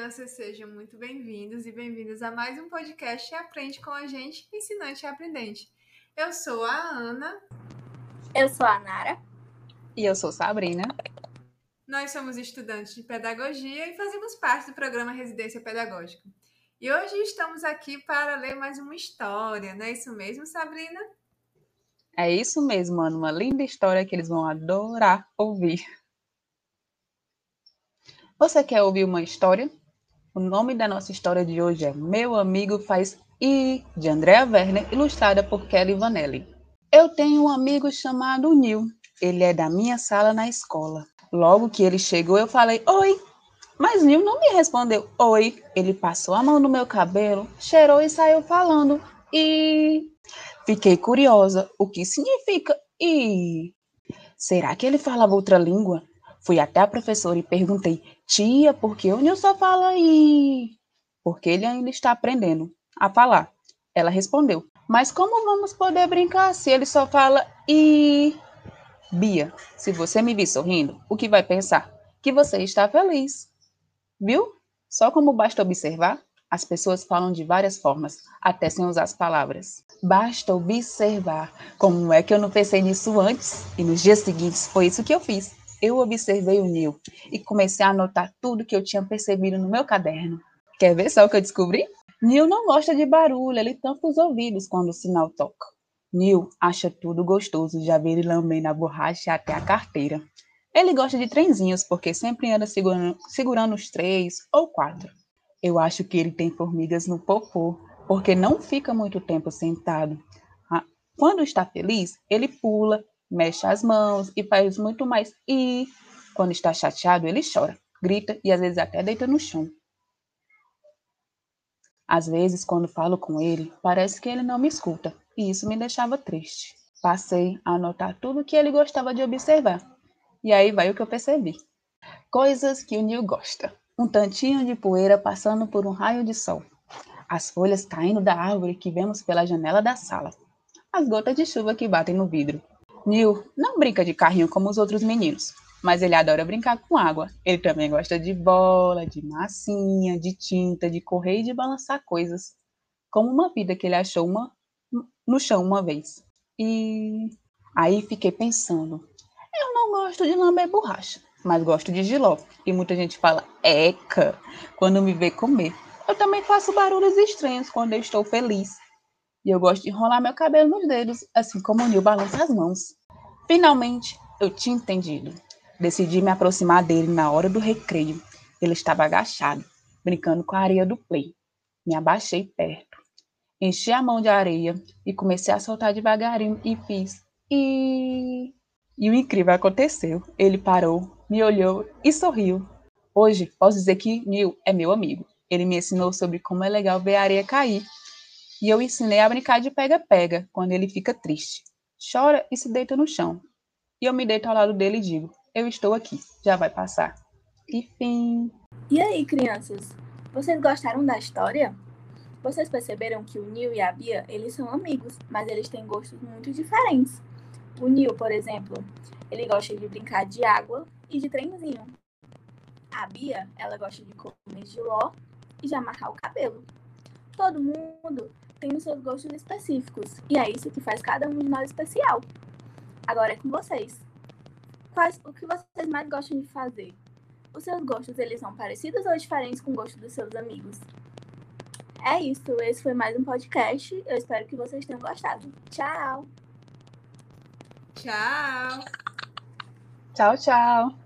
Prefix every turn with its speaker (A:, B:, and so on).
A: crianças, sejam muito bem-vindos e bem-vindas a mais um podcast Aprende com a gente, ensinante e aprendente. Eu sou a Ana.
B: Eu sou a Nara.
C: E eu sou Sabrina.
A: Nós somos estudantes de pedagogia e fazemos parte do programa Residência Pedagógica. E hoje estamos aqui para ler mais uma história, não é isso mesmo, Sabrina?
C: É isso mesmo, Ana. Uma linda história que eles vão adorar ouvir. Você quer ouvir uma história? O nome da nossa história de hoje é Meu Amigo Faz I, de Andrea Werner, ilustrada por Kelly Vanelli. Eu tenho um amigo chamado Nil. Ele é da minha sala na escola. Logo que ele chegou, eu falei, oi. Mas Nil não me respondeu, oi. Ele passou a mão no meu cabelo, cheirou e saiu falando, I. Fiquei curiosa, o que significa I? Será que ele falava outra língua? Fui até a professora e perguntei, tia, por que o Nil só fala I? Porque ele ainda está aprendendo a falar. Ela respondeu, mas como vamos poder brincar se ele só fala I? Bia, se você me vir sorrindo, o que vai pensar? Que você está feliz. Viu? Só como basta observar, as pessoas falam de várias formas, até sem usar as palavras. Basta observar. Como é que eu não pensei nisso antes? E nos dias seguintes foi isso que eu fiz. Eu observei o Nil e comecei a anotar tudo que eu tinha percebido no meu caderno. Quer ver só o que eu descobri? Nil não gosta de barulho, ele tampa os ouvidos quando o sinal toca. Nil acha tudo gostoso, já vi ele lambendo a borracha até a carteira. Ele gosta de trenzinhos, porque sempre anda segurando os 3 ou 4. Eu acho que ele tem formigas no popô, porque não fica muito tempo sentado. Quando está feliz, ele pula, mexe as mãos e faz muito mais i. Quando está chateado, ele chora, grita e às vezes até deita no chão. Às vezes, quando falo com ele, parece que ele não me escuta, e isso me deixava triste. Passei a anotar tudo que ele gostava de observar. E aí vai o que eu percebi. Coisas que o Nil gosta. Um tantinho de poeira passando por um raio de sol. As folhas caindo da árvore que vemos pela janela da sala. As gotas de chuva que batem no vidro. Nil não brinca de carrinho como os outros meninos, mas ele adora brincar com água. Ele também gosta de bola, de massinha, de tinta, de correr e de balançar coisas. Como uma vida que ele achou no chão uma vez. E aí fiquei pensando, eu não gosto de lamber borracha, mas gosto de jiló. E muita gente fala, eca, quando me vê comer. Eu também faço barulhos estranhos quando eu estou feliz. E eu gosto de enrolar meu cabelo nos dedos, assim como o Nil balança as mãos. Finalmente, eu tinha entendido. Decidi me aproximar dele na hora do recreio. Ele estava agachado, brincando com a areia do play. Me abaixei perto. Enchi a mão de areia e comecei a soltar devagarinho e fiz. E o incrível aconteceu. Ele parou, me olhou e sorriu. Hoje, posso dizer que Nil é meu amigo. Ele me ensinou sobre como é legal ver a areia cair. E eu ensinei a brincar de pega-pega quando ele fica triste. Chora e se deita no chão. E eu me deito ao lado dele e digo, eu estou aqui, já vai passar. E fim.
B: E aí, crianças? Vocês gostaram da história? Vocês perceberam que o Nil e a Bia, eles são amigos, mas eles têm gostos muito diferentes. O Nil, por exemplo, ele gosta de brincar de água e de trenzinho. A Bia, ela gosta de comer jiló e de amarrar o cabelo. Todo mundo tem os seus gostos específicos, e é isso que faz cada um de nós especial. Agora é com vocês. O que vocês mais gostam de fazer? Os seus gostos, eles são parecidos ou diferentes com o gosto dos seus amigos? É isso, esse foi mais um podcast. Eu espero que vocês tenham gostado. Tchau!
A: Tchau!
C: Tchau, tchau!